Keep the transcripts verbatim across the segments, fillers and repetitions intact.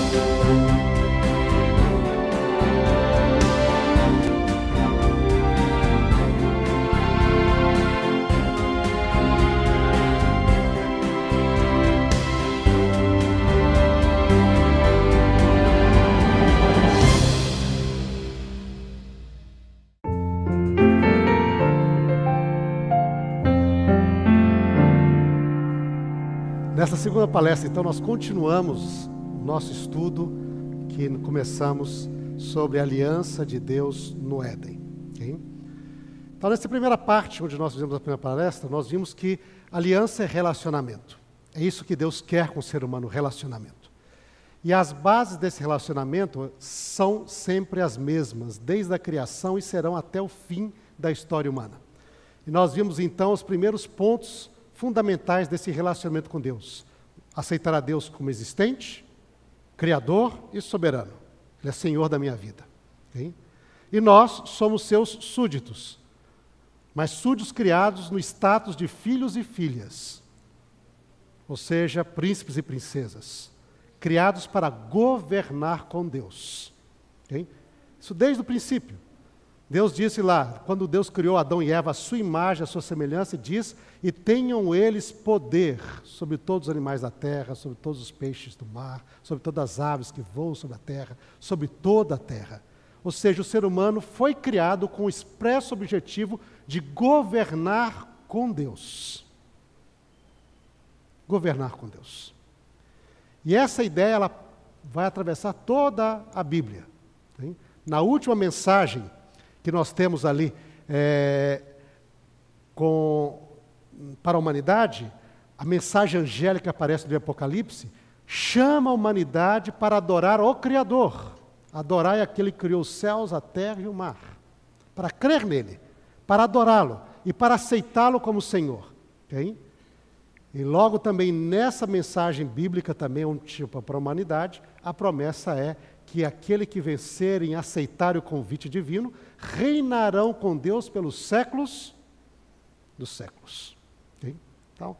Nessa segunda palestra, então, nós continuamos o nosso estudo que começamos sobre a aliança de Deus no Éden. Okay? Então, nessa primeira parte, onde nós fizemos a primeira palestra, nós vimos que aliança é relacionamento. É isso que Deus quer com o ser humano, relacionamento. E as bases desse relacionamento são sempre as mesmas, desde a criação e serão até o fim da história humana. E nós vimos, então, os primeiros pontos fundamentais desse relacionamento com Deus. Aceitar a Deus como existente, criador e soberano. Ele é Senhor da minha vida. Okay? E nós somos seus súditos, mas súditos criados no status de filhos e filhas, ou seja, príncipes e princesas, criados para governar com Deus. Okay? Isso desde o princípio. Deus disse lá, quando Deus criou Adão e Eva, a sua imagem, a sua semelhança, diz, e tenham eles poder sobre todos os animais da terra, sobre todos os peixes do mar, sobre todas as aves que voam sobre a terra, sobre toda a terra. Ou seja, o ser humano foi criado com o expresso objetivo de governar com Deus. Governar com Deus. E essa ideia, ela vai atravessar toda a Bíblia. Hein? Na última mensagem que nós temos ali é, com, para a humanidade, a mensagem angélica que aparece no Apocalipse chama a humanidade para adorar o Criador. Adorar é aquele que criou os céus, a terra e o mar. Para crer nele, para adorá-lo e para aceitá-lo como Senhor. Okay? E logo também nessa mensagem bíblica, também um tipo para a humanidade, a promessa é que aquele que vencerem e aceitarem o convite divino, reinarão com Deus pelos séculos dos séculos. Okay? Então,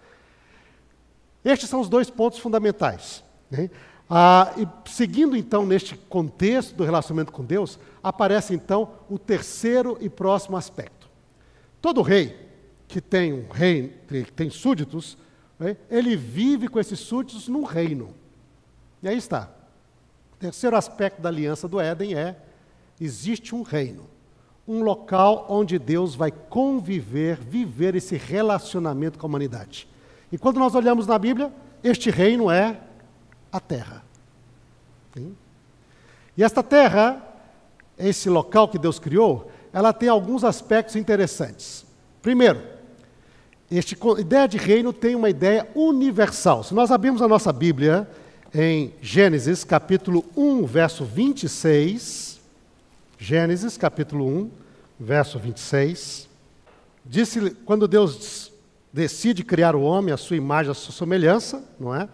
estes são os dois pontos fundamentais. Okay? Ah, e seguindo então neste contexto do relacionamento com Deus, aparece então o terceiro e próximo aspecto. Todo rei que tem um rei, que tem súditos, okay? Ele vive com esses súditos num reino. E aí está. O terceiro aspecto da aliança do Éden é, existe um reino, um local onde Deus vai conviver, viver esse relacionamento com a humanidade. E quando nós olhamos na Bíblia, este reino é a terra. Sim? E esta terra, esse local que Deus criou, ela tem alguns aspectos interessantes. Primeiro, esta ideia de reino tem uma ideia universal. Se nós abrirmos a nossa Bíblia em Gênesis, capítulo um, verso vinte e seis, Gênesis, capítulo um, verso vinte e seis, disse, quando Deus decide criar o homem, a sua imagem, a sua semelhança, não é?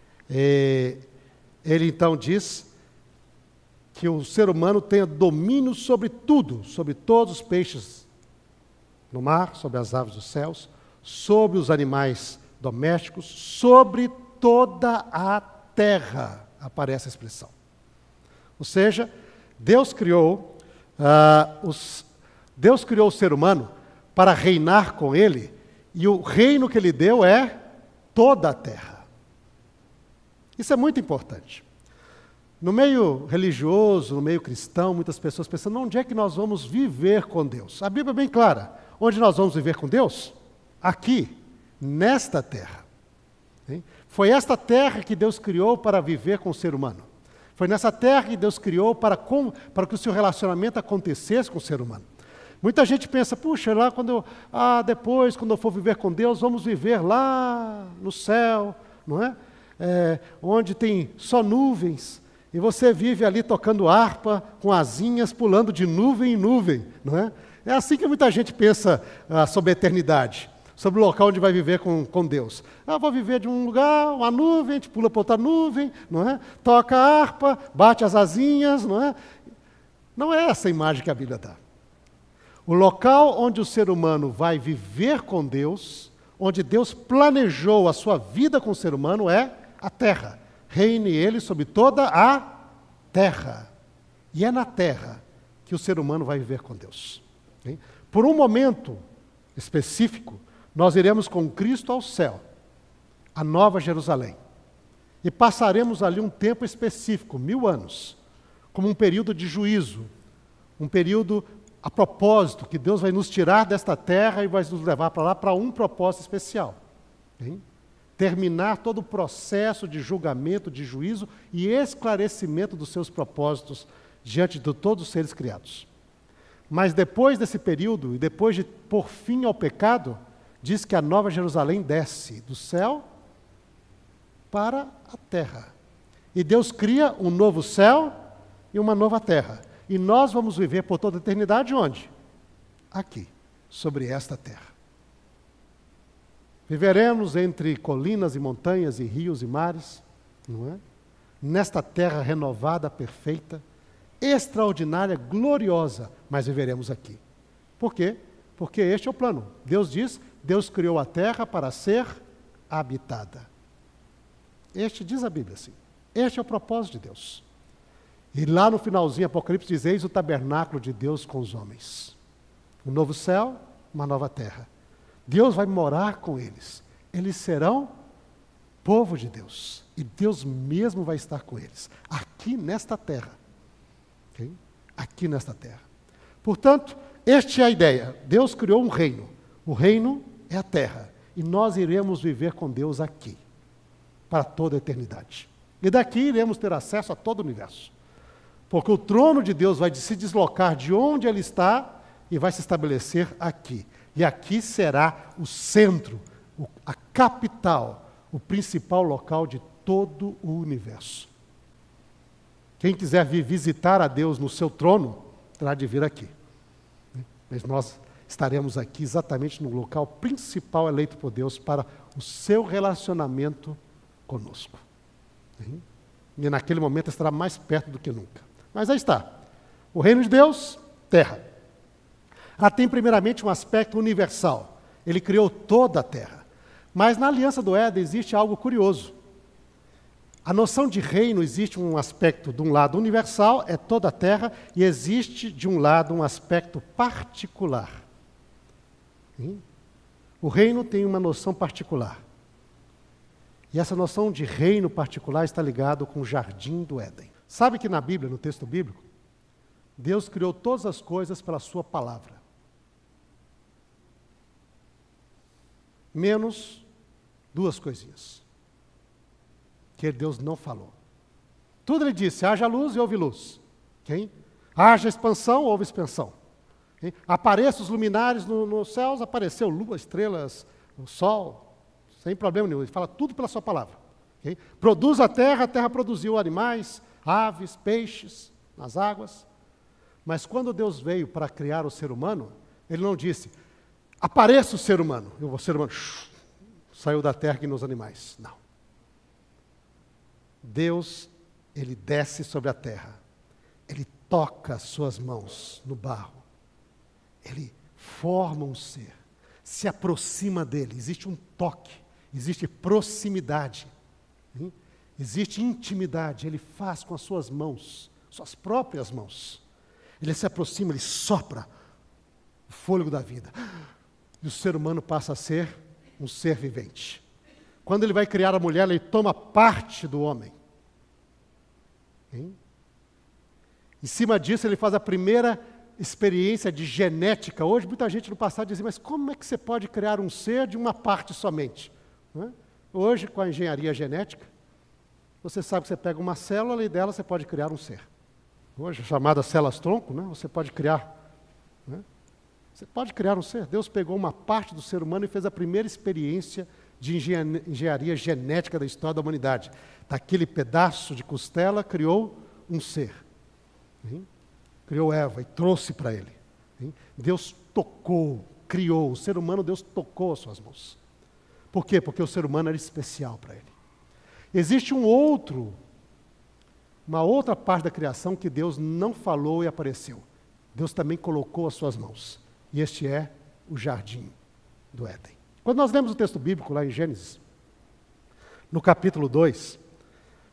E ele então diz que o ser humano tenha domínio sobre tudo, sobre todos os peixes no mar, sobre as aves dos céus, sobre os animais domésticos, sobre toda a terra, aparece a expressão. Ou seja, Deus criou, uh, os, Deus criou o ser humano para reinar com ele, e o reino que ele deu é toda a terra. Isso é muito importante. No meio religioso, no meio cristão, muitas pessoas pensam, onde é que nós vamos viver com Deus? A Bíblia é bem clara. Onde nós vamos viver com Deus? Aqui, nesta terra. Hein? Foi esta terra que Deus criou para viver com o ser humano. Foi nessa terra que Deus criou para, com, para que o seu relacionamento acontecesse com o ser humano. Muita gente pensa, puxa, lá quando eu, ah, depois, quando eu for viver com Deus, vamos viver lá no céu, não é? É, onde tem só nuvens, e você vive ali tocando harpa, com asinhas, pulando de nuvem em nuvem, não é? É assim que muita gente pensa ah, sobre a eternidade, sobre o local onde vai viver com, com Deus. Ah, vou viver de um lugar, uma nuvem, a gente pula para outra nuvem, não é? Toca a harpa, bate as asinhas, não é? Não é essa a imagem que a Bíblia dá. O local onde o ser humano vai viver com Deus, onde Deus planejou a sua vida com o ser humano é a terra, reine ele sobre toda a terra. E é na terra que o ser humano vai viver com Deus. Okay? Por um momento específico, nós iremos com Cristo ao céu, a Nova Jerusalém. E passaremos ali um tempo específico, mil anos, como um período de juízo, um período a propósito, que Deus vai nos tirar desta terra e vai nos levar para lá para um propósito especial. Okay? Terminar todo o processo de julgamento, de juízo e esclarecimento dos seus propósitos diante de todos os seres criados. Mas depois desse período, e depois de pôr fim ao pecado, diz que a Nova Jerusalém desce do céu para a terra. E Deus cria um novo céu e uma nova terra. E nós vamos viver por toda a eternidade onde? Aqui, sobre esta terra. Viveremos entre colinas e montanhas e rios e mares, não é? Nesta terra renovada, perfeita, extraordinária, gloriosa, mas viveremos aqui. Por quê? Porque este é o plano. Deus diz, Deus criou a terra para ser habitada. Este diz a Bíblia assim. Este é o propósito de Deus. E lá no finalzinho, Apocalipse diz, eis o tabernáculo de Deus com os homens. Um novo céu, uma nova terra. Deus vai morar com eles. Eles serão povo de Deus. E Deus mesmo vai estar com eles. Aqui nesta terra. Okay? Aqui nesta terra. Portanto, esta é a ideia. Deus criou um reino. O reino é a terra. E nós iremos viver com Deus aqui. Para toda a eternidade. E daqui iremos ter acesso a todo o universo. Porque o trono de Deus vai se deslocar de onde ele está e vai se estabelecer aqui. E aqui será o centro, a capital, o principal local de todo o universo. Quem quiser vir visitar a Deus no seu trono, terá de vir aqui. Mas nós estaremos aqui exatamente no local principal eleito por Deus para o seu relacionamento conosco. E naquele momento estará mais perto do que nunca. Mas aí está. O reino de Deus, terra. Ela tem primeiramente um aspecto universal. Ele criou toda a terra. Mas na aliança do Éden existe algo curioso. A noção de reino existe um aspecto, de um lado universal, é toda a terra, e existe de um lado um aspecto particular. O reino tem uma noção particular. E essa noção de reino particular está ligado com o jardim do Éden. Sabe que na Bíblia, no texto bíblico, Deus criou todas as coisas pela sua palavra. Menos duas coisinhas. Que Deus não falou. Tudo ele disse, haja luz e houve luz. Okay? Haja expansão, houve expansão. Okay? Apareçam os luminares no, nos céus, apareceu lua, estrelas, o sol, sem problema nenhum. Ele fala tudo pela sua palavra. Okay? Produz a terra, a terra produziu animais, aves, peixes, nas águas. Mas quando Deus veio para criar o ser humano, ele não disse, apareça o ser humano. E o ser humano shh, saiu da terra e nos animais. Não. Deus, ele desce sobre a terra. Ele toca as suas mãos no barro. Ele forma um ser. Se aproxima dele. Existe um toque. Existe proximidade. Hein? Existe intimidade. Ele faz com as suas mãos, suas próprias mãos. Ele se aproxima, ele sopra o fôlego da vida. E o ser humano passa a ser um ser vivente. Quando ele vai criar a mulher, ele toma parte do homem. Hein? Em cima disso, ele faz a primeira experiência de genética. Hoje, muita gente no passado dizia, mas como é que você pode criar um ser de uma parte somente? Não é? Hoje, com a engenharia genética, você sabe que você pega uma célula e dela você pode criar um ser. Hoje, chamada células-tronco, né? Você pode criar. Né? Você pode criar um ser. Deus pegou uma parte do ser humano e fez a primeira experiência de engenharia genética da história da humanidade. Daquele pedaço de costela, criou um ser. Hein? Criou Eva e trouxe para ele. Hein? Deus tocou, criou. O ser humano, Deus tocou as suas mãos. Por quê? Porque o ser humano era especial para ele. Existe um outro, uma outra parte da criação que Deus não falou e apareceu. Deus também colocou as suas mãos. E este é o jardim do Éden. Quando nós lemos o texto bíblico lá em Gênesis, no capítulo dois,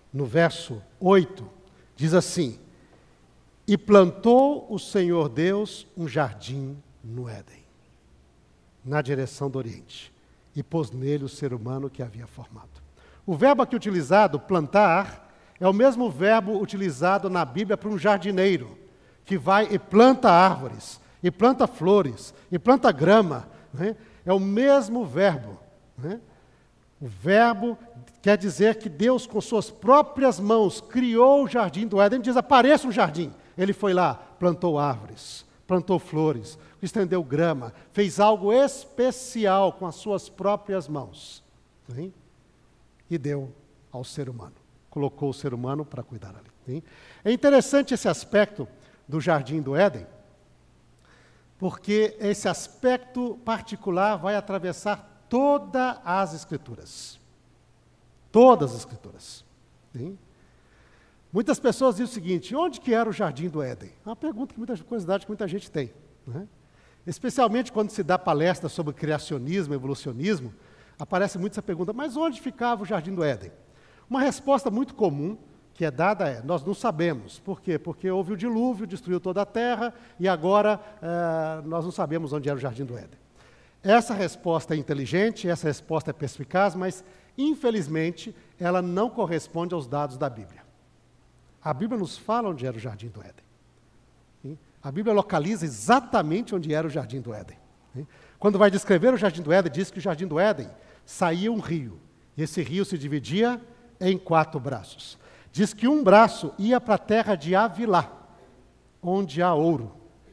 no verso oito, diz assim: e plantou o Senhor Deus um jardim no Éden, na direção do Oriente, e pôs nele o ser humano que havia formado. O verbo aqui utilizado, plantar, é o mesmo verbo utilizado na Bíblia para um jardineiro, que vai e planta árvores, e planta flores, e planta grama, né? É o mesmo verbo, né? O verbo quer dizer que Deus, com suas próprias mãos, criou o jardim do Éden. Ele diz: apareça um jardim. Ele foi lá, plantou árvores, plantou flores, estendeu grama, fez algo especial com as suas próprias mãos, né? E deu ao ser humano. Colocou o ser humano para cuidar ali, né? É interessante esse aspecto do jardim do Éden, porque esse aspecto particular vai atravessar todas as Escrituras. Todas as Escrituras. Sim? Muitas pessoas dizem o seguinte: onde que era o jardim do Éden? É uma pergunta que muita curiosidade que muita gente tem, né? Especialmente quando se dá palestra sobre criacionismo, evolucionismo, aparece muito essa pergunta: mas onde ficava o jardim do Éden? Uma resposta muito comum que é dada é: nós não sabemos. Por quê? Porque houve o dilúvio, destruiu toda a terra, e agora eh, nós não sabemos onde era o jardim do Éden. Essa resposta é inteligente, essa resposta é perspicaz, mas, infelizmente, ela não corresponde aos dados da Bíblia. A Bíblia nos fala onde era o jardim do Éden. A Bíblia localiza exatamente onde era o jardim do Éden. Quando vai descrever o jardim do Éden, diz que o jardim do Éden saía um rio, e esse rio se dividia em quatro braços. Diz que um braço ia para a terra de Avilá, onde há ouro.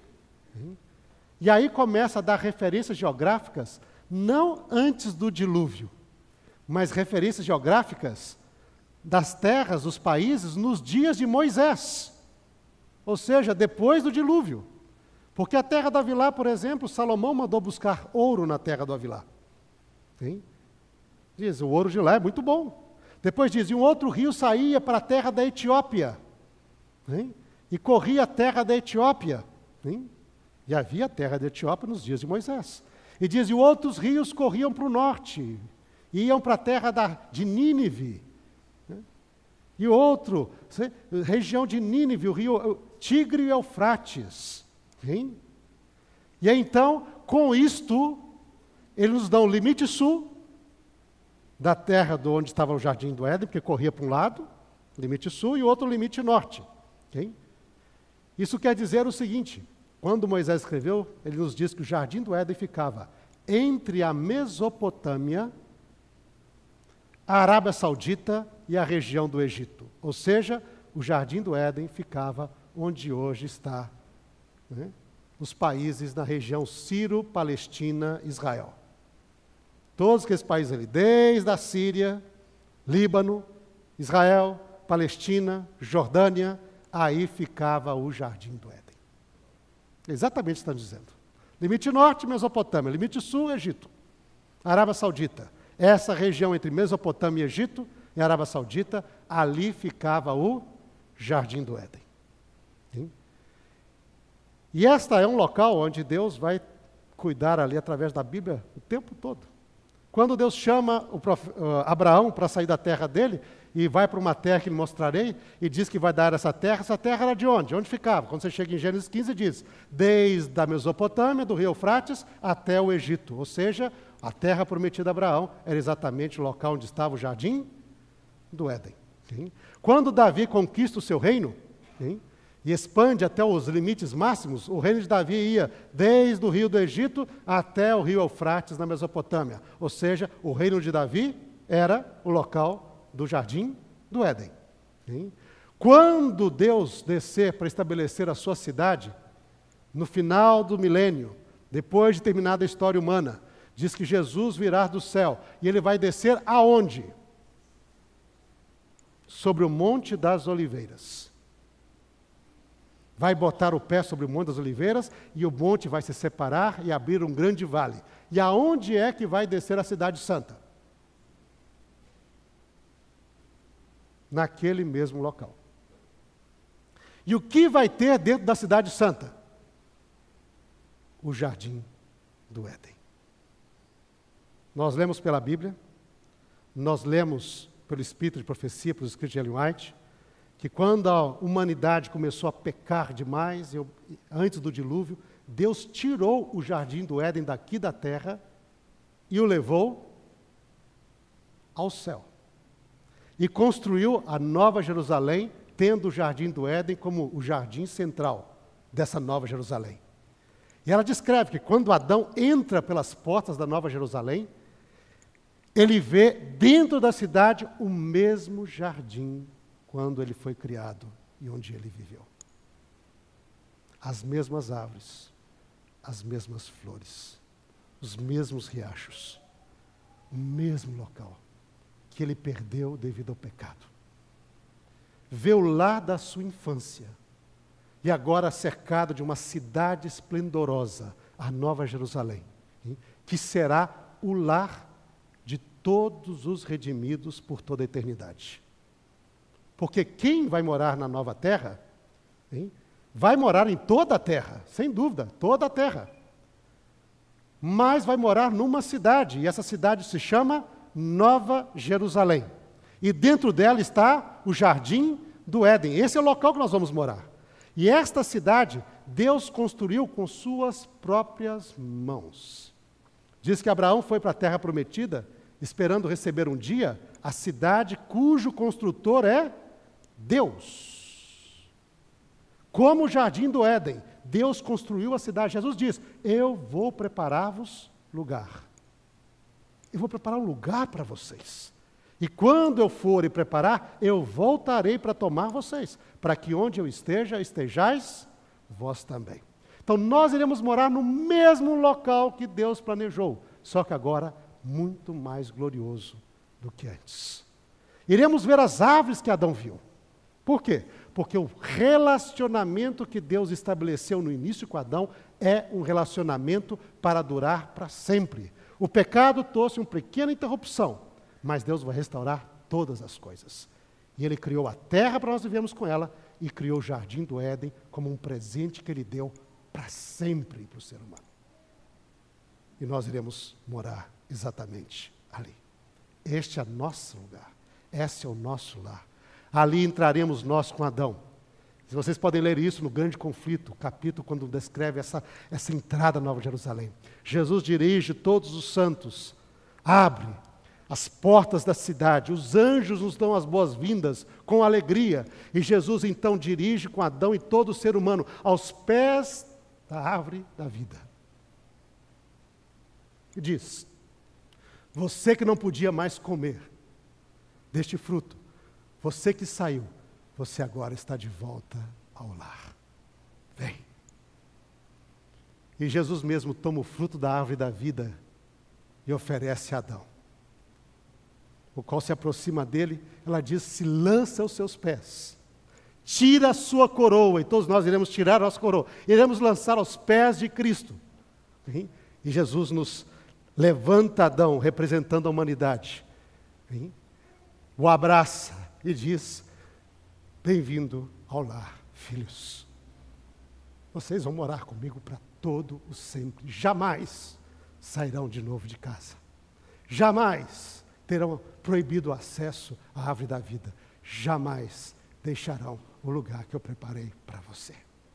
E aí começa a dar referências geográficas, não antes do dilúvio, mas referências geográficas das terras, dos países, nos dias de Moisés. Ou seja, depois do dilúvio. Porque a terra do Avilá, por exemplo, Salomão mandou buscar ouro na terra do Avilá. Sim? Diz, o ouro de lá é muito bom. Depois diz, e um outro rio saía para a terra da Etiópia. Sim? E corria a terra da Etiópia. Sim? E havia a terra da Etiópia nos dias de Moisés. E diz, e outros rios corriam para o norte, iam para a terra da, de Nínive. Né? E outro, região de Nínive, o rio Tigre e Eufrates. Sim? E aí, então, com isto, ele nos dá o limite sul da terra de onde estava o jardim do Éden, porque corria para um lado, limite sul, e outro limite norte. Sim? Isso quer dizer o seguinte: quando Moisés escreveu, ele nos diz que o jardim do Éden ficava entre a Mesopotâmia, a Arábia Saudita e a região do Egito. Ou seja, o jardim do Éden ficava onde hoje está, né, os países na região Sírio, Palestina, Israel. Todos aqueles países ali, desde a Síria, Líbano, Israel, Palestina, Jordânia, aí ficava o jardim do Éden. Exatamente o que está dizendo. Limite norte, Mesopotâmia. Limite sul, Egito. Arábia Saudita. Essa região entre Mesopotâmia e Egito, e Arábia Saudita, ali ficava o jardim do Éden. Sim? E esta é um local onde Deus vai cuidar ali através da Bíblia o tempo todo. Quando Deus chama o prof... uh, Abraão para sair da terra dele, e vai para uma terra que lhe mostrarei, e diz que vai dar essa terra, essa terra era de onde? Onde ficava? Quando você chega em Gênesis quinze, diz, desde a Mesopotâmia, do rio Eufrates, até o Egito. Ou seja, a terra prometida a Abraão era exatamente o local onde estava o jardim do Éden. Sim? Quando Davi conquista o seu reino, sim, e expande até os limites máximos, o reino de Davi ia desde o rio do Egito até o rio Eufrates, na Mesopotâmia. Ou seja, o reino de Davi era o local do jardim do Éden. Sim? Quando Deus descer para estabelecer a sua cidade, no final do milênio, depois de terminada a história humana, diz que Jesus virá do céu, e ele vai descer aonde? Sobre o Monte das Oliveiras. Vai botar o pé sobre o Monte das Oliveiras, e o monte vai se separar e abrir um grande vale. E aonde é que vai descer a cidade santa? Naquele mesmo local. E o que vai ter dentro da cidade santa? O jardim do Éden. Nós lemos pela Bíblia, nós lemos pelo Espírito de Profecia, pelos escritos de Ellen White, que quando a humanidade começou a pecar demais, eu, antes do dilúvio, Deus tirou o jardim do Éden daqui da terra e o levou ao céu. E construiu a Nova Jerusalém, tendo o jardim do Éden como o jardim central dessa Nova Jerusalém. E ela descreve que quando Adão entra pelas portas da Nova Jerusalém, ele vê dentro da cidade o mesmo jardim quando ele foi criado e onde ele viveu. As mesmas árvores, as mesmas flores, os mesmos riachos, o mesmo local que ele perdeu devido ao pecado. Vê o lar da sua infância e agora cercado de uma cidade esplendorosa, a Nova Jerusalém, que será o lar de todos os redimidos por toda a eternidade. Porque quem vai morar na nova terra, hein, vai morar em toda a terra, sem dúvida, toda a terra. Mas vai morar numa cidade, e essa cidade se chama Nova Jerusalém. E dentro dela está o Jardim do Éden. Esse é o local que nós vamos morar. E esta cidade, Deus construiu com suas próprias mãos. Diz que Abraão foi para a terra prometida, esperando receber um dia a cidade cujo construtor é Deus. Como o Jardim do Éden, Deus construiu a cidade. Jesus diz, eu vou preparar-vos lugar. Eu vou preparar um lugar para vocês. E quando eu for e preparar, eu voltarei para tomar vocês, para que onde eu esteja, estejais vós também. Então nós iremos morar no mesmo local que Deus planejou, só que agora muito mais glorioso do que antes. Iremos ver as árvores que Adão viu. Por quê? Porque o relacionamento que Deus estabeleceu no início com Adão é um relacionamento para durar para sempre. O pecado trouxe uma pequena interrupção, mas Deus vai restaurar todas as coisas. E Ele criou a terra para nós vivermos com ela e criou o Jardim do Éden como um presente que Ele deu para sempre para o ser humano. E nós iremos morar exatamente ali. Este é o nosso lugar. Esse é o nosso lar. Ali entraremos nós com Adão. Vocês podem ler isso no Grande Conflito, o capítulo quando descreve essa, essa entrada na Nova Jerusalém. Jesus dirige todos os santos, abre as portas da cidade, os anjos nos dão as boas-vindas com alegria, e Jesus então dirige com Adão e todo o ser humano aos pés da árvore da vida. E diz, você que não podia mais comer deste fruto, você que saiu, você agora está de volta ao lar. Vem. E Jesus mesmo toma o fruto da árvore da vida e oferece a Adão, o qual se aproxima dele, ela diz, se lança aos seus pés, tira a sua coroa, e todos nós iremos tirar a nossa coroa, iremos lançar aos pés de Cristo. Hein? E Jesus nos levanta Adão, representando a humanidade, hein? O abraça e diz, bem-vindo ao lar, filhos. Vocês vão morar comigo para todo o sempre. Jamais sairão de novo de casa. Jamais terão proibido o acesso à árvore da vida. Jamais deixarão o lugar que eu preparei para você.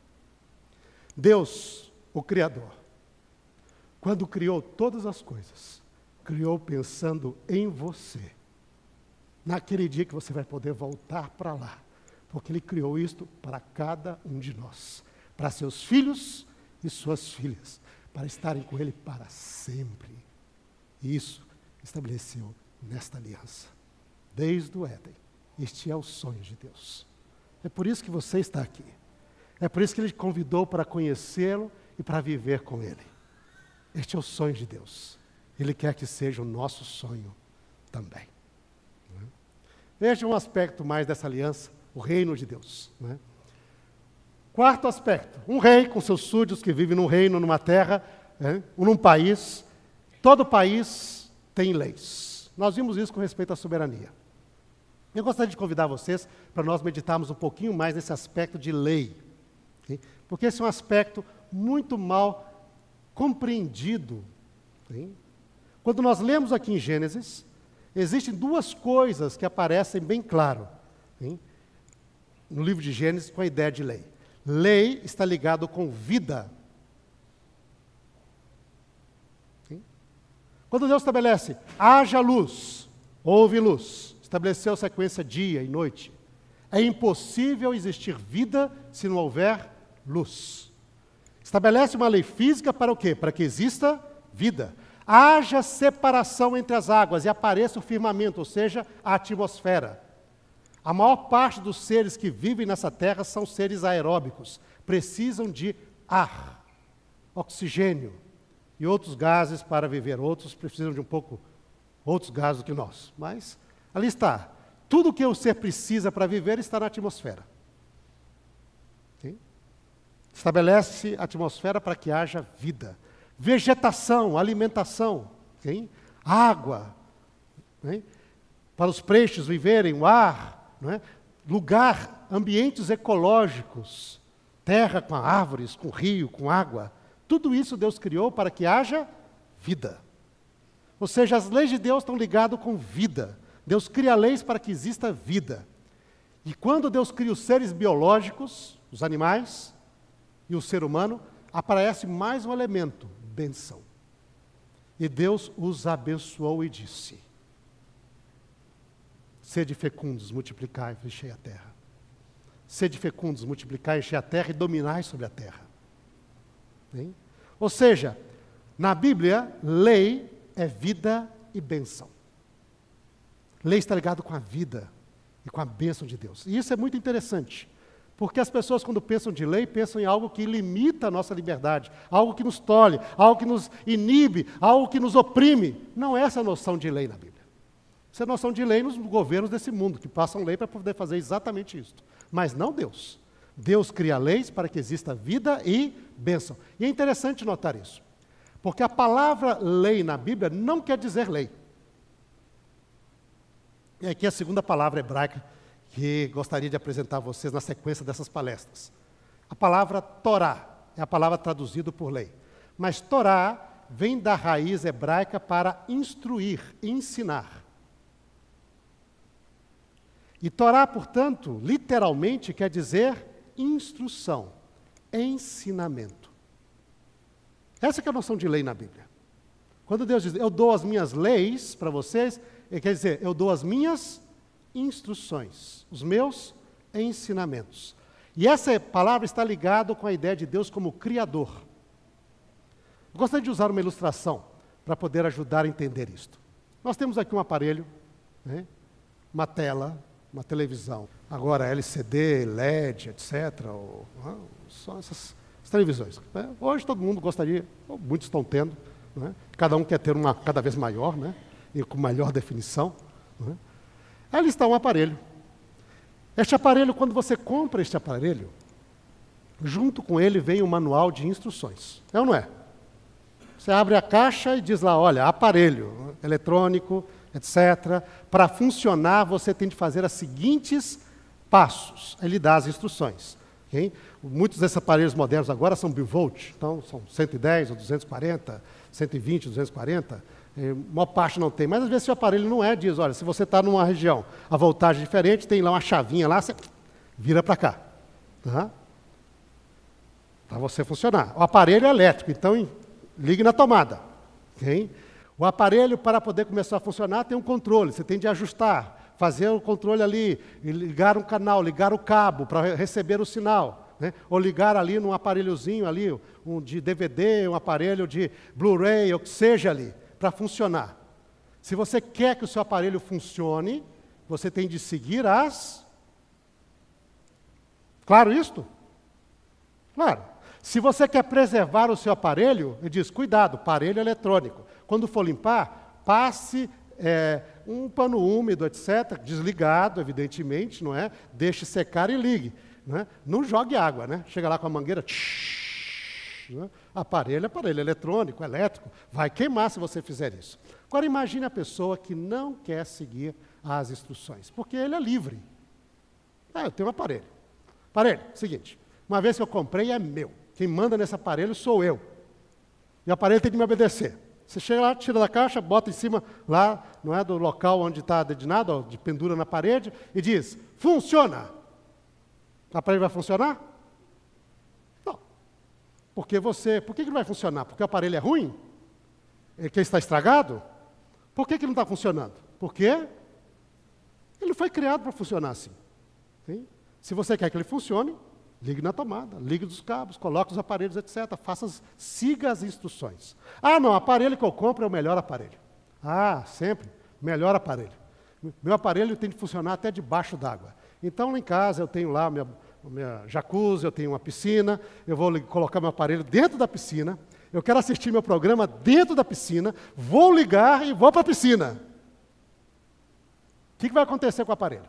Deus, o Criador, quando criou todas as coisas, criou pensando em você. Naquele dia que você vai poder voltar para lá. Porque Ele criou isto para cada um de nós. Para seus filhos e suas filhas. Para estarem com Ele para sempre. E isso estabeleceu nesta aliança. Desde o Éden. Este é o sonho de Deus. É por isso que você está aqui. É por isso que Ele te convidou para conhecê-lo e para viver com Ele. Este é o sonho de Deus. Ele quer que seja o nosso sonho também. Veja um aspecto mais dessa aliança, o reino de Deus. Né? Quarto aspecto, um rei com seus súditos que vivem num reino, numa terra, né? Ou num país. Todo país tem leis. Nós vimos isso com respeito à soberania. Eu gostaria de convidar vocês para nós meditarmos um pouquinho mais nesse aspecto de lei. Okay? Porque esse é um aspecto muito mal compreendido. Okay? Quando nós lemos aqui em Gênesis, Existem duas coisas que aparecem bem claro, hein, no livro de Gênesis com a ideia de lei. Lei está ligado com vida. Hein? Quando Deus estabelece, haja luz, houve luz, estabeleceu a sequência dia e noite. É impossível existir vida se não houver luz. Estabelece uma lei física para o quê? Para que exista vida. Haja separação entre as águas e apareça o firmamento, ou seja, a atmosfera. A maior parte dos seres que vivem nessa terra são seres aeróbicos. Precisam de ar, oxigênio e outros gases para viver. Outros precisam de um pouco, outros gases do que nós. Mas ali está. Tudo que o ser precisa para viver está na atmosfera. Sim? Estabelece a atmosfera para que haja vida. Vegetação, alimentação, sim? Água, né? Para os peixes viverem, o ar, né? Lugar, ambientes ecológicos, terra com árvores, com rio, com água. Tudo isso Deus criou para que haja vida. Ou seja, as leis de Deus estão ligadas com vida. Deus cria leis para que exista vida. E quando Deus cria os seres biológicos, os animais e o ser humano, aparece mais um elemento, bênção. E Deus os abençoou e disse, sede fecundos, multiplicai e enchei a terra. Sede fecundos, multiplicai e enchei a terra e dominai sobre a terra. Hein? Ou seja, na Bíblia, lei é vida e bênção. Lei está ligado com a vida e com a bênção de Deus. E isso é muito interessante, porque as pessoas, quando pensam de lei, pensam em algo que limita a nossa liberdade, algo que nos tolhe, algo que nos inibe, algo que nos oprime. Não é essa a noção de lei na Bíblia. Essa é a noção de lei nos governos desse mundo, que passam lei para poder fazer exatamente isso. Mas não Deus. Deus cria leis para que exista vida e bênção. E é interessante notar isso, porque a palavra lei na Bíblia não quer dizer lei. E aqui a segunda palavra hebraica que gostaria de apresentar a vocês na sequência dessas palestras. A palavra Torá é a palavra traduzida por lei. Mas Torá vem da raiz hebraica para instruir, ensinar. E Torá, portanto, literalmente quer dizer instrução, ensinamento. Essa que é a noção de lei na Bíblia. Quando Deus diz, eu dou as minhas leis para vocês, ele quer dizer, eu dou as minhas instruções, os meus ensinamentos. E essa palavra está ligada com a ideia de Deus como Criador. Eu gostaria de usar uma ilustração para poder ajudar a entender isto. Nós temos aqui um aparelho, né, uma tela, uma televisão. Agora L C D, L E D, etcétera. Ou, ah, só essas, essas televisões. Né? Hoje todo mundo gostaria, ou muitos estão tendo, né? Cada um quer ter uma cada vez maior, né? E com melhor definição. Né? Ali está um aparelho. Este aparelho, quando você compra este aparelho, junto com ele vem um manual de instruções. É ou não é? Você abre a caixa e diz lá, olha, aparelho eletrônico, etcétera. Para funcionar, você tem de fazer os seguintes passos. Ele dá as instruções. Okay? Muitos desses aparelhos modernos agora são bivolt, então são cento e dez ou duzentos e quarenta, cento e vinte, duzentos e quarenta. A maior parte não tem, mas às vezes se o aparelho não é, diz, olha, se você está numa região, a voltagem é diferente, tem lá uma chavinha lá, você vira para cá. Tá? Para você funcionar. O aparelho é elétrico, então ligue na tomada. Okay? O aparelho, para poder começar a funcionar, tem um controle, você tem de ajustar, fazer o controle ali, ligar um canal, ligar o cabo para receber o sinal. Né? Ou ligar ali num aparelhozinho ali, um de D V D, um aparelho de Blu-ray, ou que seja ali, para funcionar. Se você quer que o seu aparelho funcione, você tem de seguir as... Claro isto? Claro. Se você quer preservar o seu aparelho, ele diz, cuidado, aparelho eletrônico. Quando for limpar, passe é, um pano úmido, etcétera, desligado, evidentemente, não é? Deixe secar e ligue. Não é? Não jogue água, né? Chega lá com a mangueira, tsh, né? Aparelho, aparelho eletrônico, elétrico, vai queimar se você fizer isso. Agora imagine a pessoa que não quer seguir as instruções, porque ele é livre. Ah, eu tenho um aparelho. Aparelho, seguinte, uma vez que eu comprei é meu. Quem manda nesse aparelho sou eu. E o aparelho tem que me obedecer. Você chega lá, tira da caixa, bota em cima lá, não é, do local onde está dedinado, ó, de pendura na parede, e diz, funciona. O aparelho vai funcionar? Não. Porque você, por que que não vai funcionar? Porque o aparelho é ruim? É que está estragado? Por que que não está funcionando? Porque ele foi criado para funcionar assim. Sim? Se você quer que ele funcione, ligue na tomada, ligue dos cabos, coloque os aparelhos, etcétera. Faça, as, siga as instruções. Ah, não, o aparelho que eu compro é o melhor aparelho. Ah, sempre, melhor aparelho. Meu aparelho tem que funcionar até debaixo d'água. Então, lá em casa, eu tenho lá minha, minha jacuzzi, eu tenho uma piscina, eu vou colocar meu aparelho dentro da piscina, eu quero assistir meu programa dentro da piscina, vou ligar e vou para a piscina. O que, que vai acontecer com o aparelho?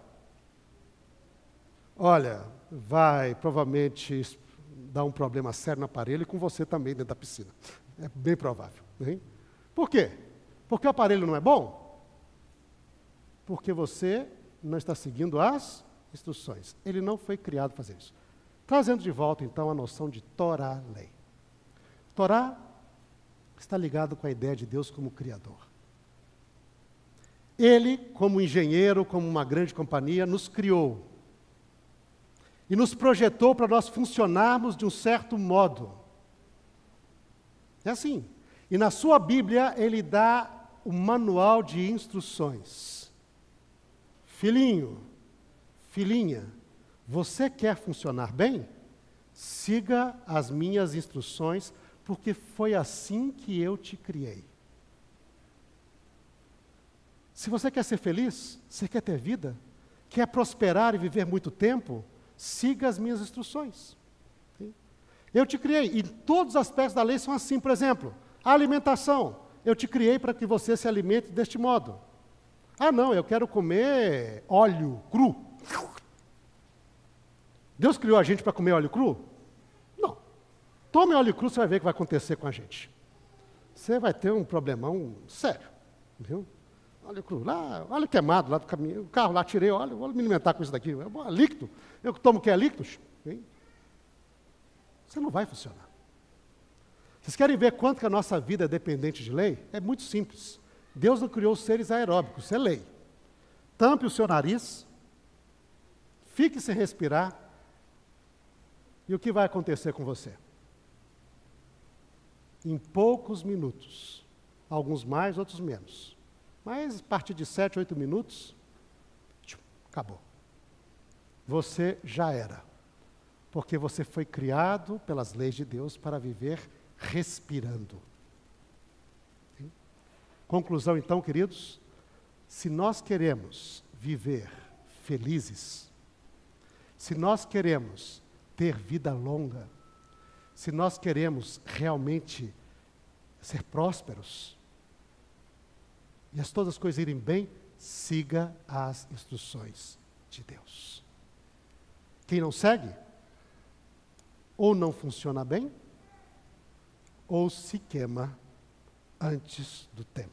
Olha, vai provavelmente dar um problema sério no aparelho e com você também dentro da piscina. É bem provável. Hein? Por quê? Porque o aparelho não é bom? Porque você não está seguindo as instruções. Ele não foi criado para fazer isso. Trazendo de volta, então, a noção de Torá, lei. Torá está ligado com a ideia de Deus como Criador. Ele, como engenheiro, como uma grande companhia, nos criou. E nos projetou para nós funcionarmos de um certo modo. É assim. E na sua Bíblia, ele dá o manual de instruções. Filhinho, filhinha, você quer funcionar bem? Siga as minhas instruções, porque foi assim que eu te criei. Se você quer ser feliz, você quer ter vida, quer prosperar e viver muito tempo, siga as minhas instruções. Eu te criei, e todos os aspectos da lei são assim. Por exemplo, a alimentação. Eu te criei para que você se alimente deste modo. Ah, não, eu quero comer óleo cru. Deus criou a gente para comer óleo cru? Não. Tome óleo cru, você vai ver o que vai acontecer com a gente. Você vai ter um problemão sério. Viu? Óleo cru, lá, óleo queimado lá do caminho, o carro lá, tirei óleo, vou me alimentar com isso daqui. É líquido. Eu tomo o que é líquido? Hein? Você não vai funcionar. Vocês querem ver quanto que a nossa vida é dependente de lei? É muito simples. Deus não criou seres aeróbicos, isso é lei. Tampe o seu nariz, fique sem respirar, e o que vai acontecer com você? Em poucos minutos, alguns mais, outros menos, mas a partir de sete, oito minutos, tchum, acabou. Você já era, porque você foi criado pelas leis de Deus para viver respirando. Sim? Conclusão então, queridos, se nós queremos viver felizes, se nós queremos ter vida longa, se nós queremos realmente ser prósperos, e as todas as coisas irem bem, siga as instruções de Deus. Quem não segue, ou não funciona bem, ou se queima antes do tempo.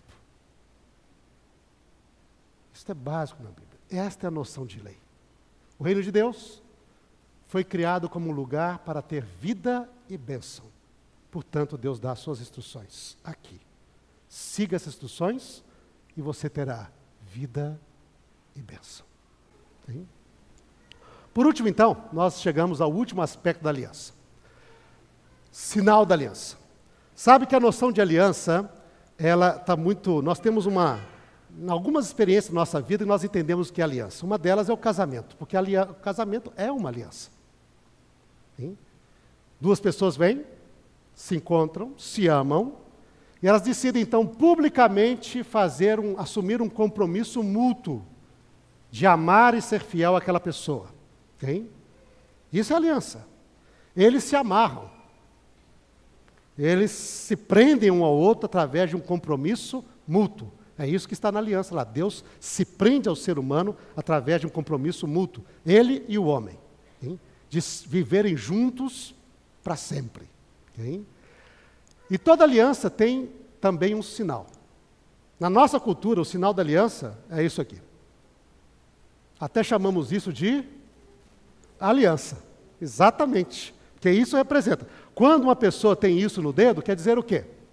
Isso é básico na Bíblia. Esta é a noção de lei. O reino de Deus foi criado como um lugar para ter vida e bênção. Portanto, Deus dá as suas instruções aqui. Siga essas instruções e você terá vida e bênção. Sim? Por último, então, nós chegamos ao último aspecto da aliança. Sinal da aliança. Sabe que a noção de aliança, ela está muito... Nós temos uma... algumas experiências na nossa vida e nós entendemos o que é aliança. Uma delas é o casamento, porque alia, o casamento é uma aliança. Sim? Duas pessoas vêm, se encontram, se amam, e elas decidem, então, publicamente fazer um, assumir um compromisso mútuo de amar e ser fiel àquela pessoa. Sim? Isso é aliança. Eles se amarram. Eles se prendem um ao outro através de um compromisso mútuo. É isso que está na aliança lá. Deus se prende ao ser humano através de um compromisso mútuo. Ele e o homem. Hein? De viverem juntos para sempre. Hein? E toda aliança tem também um sinal. Na nossa cultura, o sinal da aliança é isso aqui. Até chamamos isso de aliança. Exatamente. Porque isso representa. Quando uma pessoa tem isso no dedo, quer dizer o quê?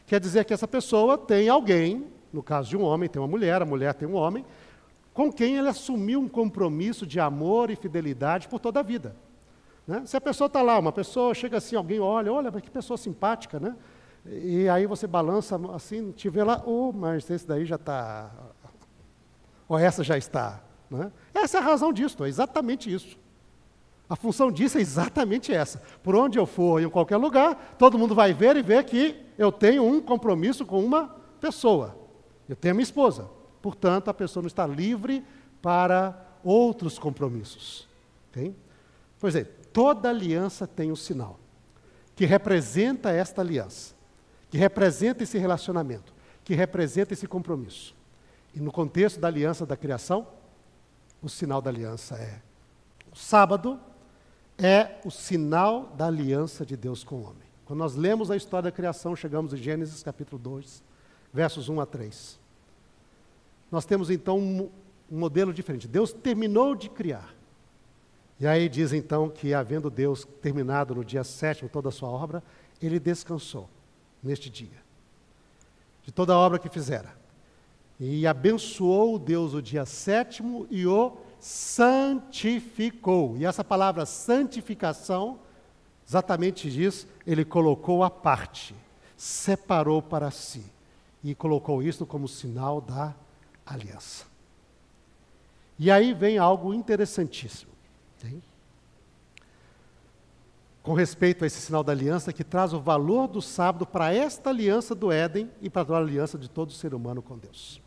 Quer dizer que essa pessoa tem alguém, no caso de um homem, tem uma mulher, a mulher tem um homem, com quem ele assumiu um compromisso de amor e fidelidade por toda a vida. Né? Se a pessoa está lá, uma pessoa chega assim, alguém olha, olha, mas que pessoa simpática, né? E aí você balança assim, te vê lá, oh, mas esse daí já está, ou essa já está. Né? Essa é a razão disso, é exatamente isso. A função disso é exatamente essa. Por onde eu for, em qualquer lugar, todo mundo vai ver e ver que eu tenho um compromisso com uma pessoa. Eu tenho a minha esposa. Portanto, a pessoa não está livre para outros compromissos. Okay? Pois é, toda aliança tem um sinal que representa esta aliança, que representa esse relacionamento, que representa esse compromisso. E no contexto da aliança da criação, o sinal da aliança é o sábado, é o sinal da aliança de Deus com o homem. Quando nós lemos a história da criação, chegamos em Gênesis capítulo dois, versos um a três. Nós temos então um, um modelo diferente. Deus terminou de criar. E aí diz então que, havendo Deus terminado no dia sétimo toda a sua obra, ele descansou neste dia, de toda a obra que fizera. E abençoou Deus o dia sétimo e o santificou. E essa palavra santificação, exatamente diz, ele colocou à parte, separou para si. E colocou isso como sinal da aliança. E aí vem algo interessantíssimo. Hein? Com respeito a esse sinal da aliança, que traz o valor do sábado para esta aliança do Éden e para a aliança de todo ser humano com Deus.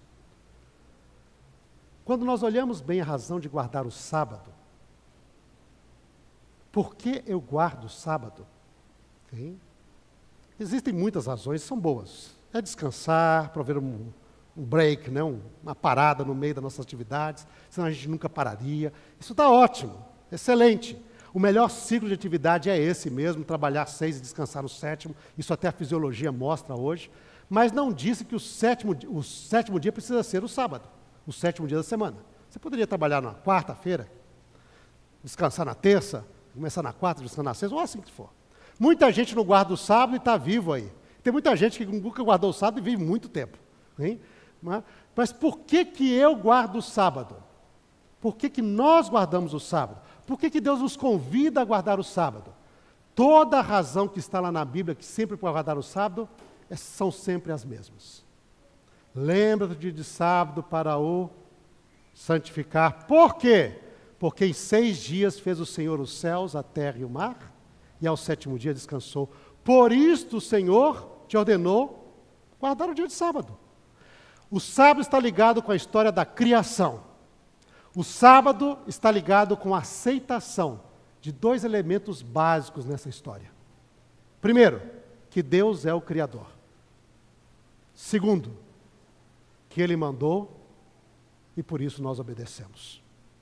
Quando nós olhamos bem a razão de guardar o sábado, por que eu guardo o sábado? Hein? Existem muitas razões, são boas. É descansar, prover um, um break, né? um, uma parada no meio das nossas atividades, senão a gente nunca pararia. Isso está ótimo, excelente. O melhor ciclo de atividade é esse mesmo, trabalhar seis e descansar no sétimo. Isso até a fisiologia mostra hoje. Mas não disse que o sétimo, o sétimo dia precisa ser o sábado, o sétimo dia da semana. Você poderia trabalhar na quarta-feira, descansar na terça, começar na quarta, descansar na sexta, ou assim que for. Muita gente não guarda o sábado e está vivo aí. Tem muita gente que nunca guardou o sábado e vive muito tempo. Hein? Mas por que que eu guardo o sábado? Por que que nós guardamos o sábado? Por que que Deus nos convida a guardar o sábado? Toda a razão que está lá na Bíblia, que sempre para guardar o sábado, é, são sempre as mesmas. Lembra-te do dia de sábado para o santificar. Por quê? Porque em seis dias fez o Senhor os céus, a terra e o mar, e ao sétimo dia descansou. Por isto o Senhor te ordenou guardar o dia de sábado. O sábado está ligado com a história da criação. O sábado está ligado com a aceitação de dois elementos básicos nessa história. Primeiro, que Deus é o Criador. Segundo, que Ele mandou e por isso nós obedecemos.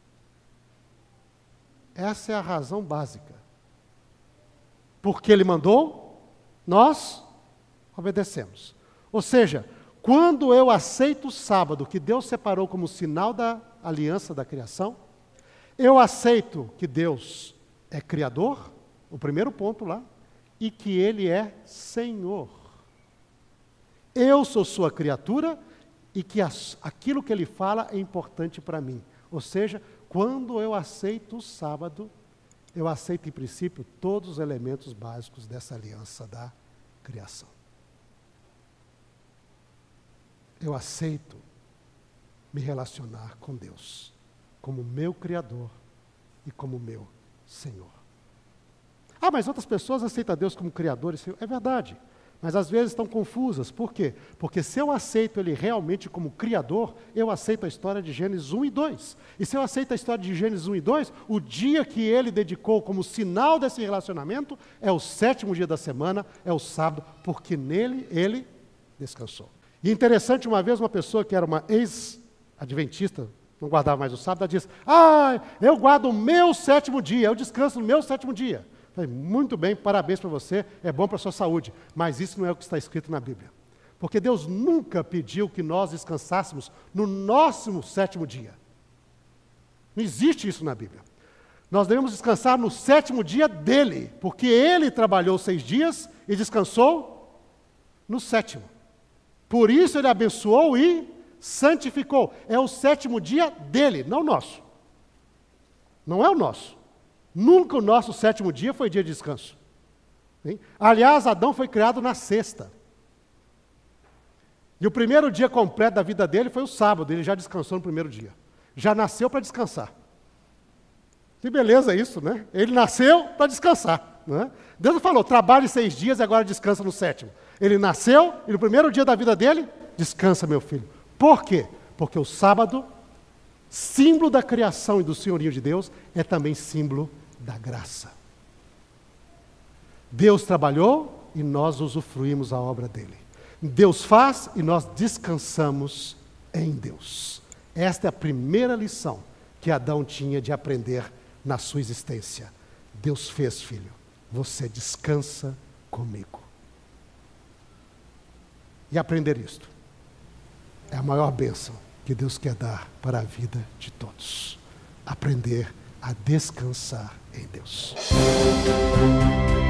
Essa é a razão básica. Porque Ele mandou, nós obedecemos. Ou seja, quando eu aceito o sábado, que Deus separou como sinal da aliança da criação, eu aceito que Deus é Criador, o primeiro ponto lá, e que Ele é Senhor. Eu sou sua criatura e que as, aquilo que Ele fala é importante para mim. Ou seja, quando eu aceito o sábado, eu aceito em princípio todos os elementos básicos dessa aliança da criação. Eu aceito me relacionar com Deus, como meu Criador e como meu Senhor. Ah, mas outras pessoas aceitam Deus como Criador e Senhor. É verdade, mas às vezes estão confusas. Por quê? Porque se eu aceito Ele realmente como Criador, eu aceito a história de Gênesis um e dois. E se eu aceito a história de Gênesis um e dois, o dia que Ele dedicou como sinal desse relacionamento é o sétimo dia da semana, é o sábado, porque nele Ele descansou. E interessante, uma vez uma pessoa que era uma ex-adventista, não guardava mais o sábado, ela disse, ah, eu guardo o meu sétimo dia, eu descanso no meu sétimo dia. Eu falei, muito bem, parabéns para você, é bom para a sua saúde, mas isso não é o que está escrito na Bíblia. Porque Deus nunca pediu que nós descansássemos no nosso sétimo dia. Não existe isso na Bíblia. Nós devemos descansar no sétimo dia dele, porque ele trabalhou seis dias e descansou no sétimo. Por isso ele abençoou e santificou. É o sétimo dia dele, não nosso. Não é o nosso. Nunca o nosso sétimo dia foi dia de descanso. Hein? Aliás, Adão foi criado na sexta. E o primeiro dia completo da vida dele foi o sábado. Ele já descansou no primeiro dia. Já nasceu para descansar. Que beleza isso, né? Ele nasceu para descansar. Né? Deus não falou, trabalhe seis dias e agora descansa no sétimo. Ele nasceu e no primeiro dia da vida dele, descansa, meu filho. Por quê? Porque o sábado, símbolo da criação e do senhorio de Deus, é também símbolo da graça. Deus trabalhou e nós usufruímos a obra dele. Deus faz e nós descansamos em Deus. Esta é a primeira lição que Adão tinha de aprender na sua existência. Deus fez, filho, você descansa comigo. E aprender isto é a maior bênção que Deus quer dar para a vida de todos. Aprender a descansar em Deus.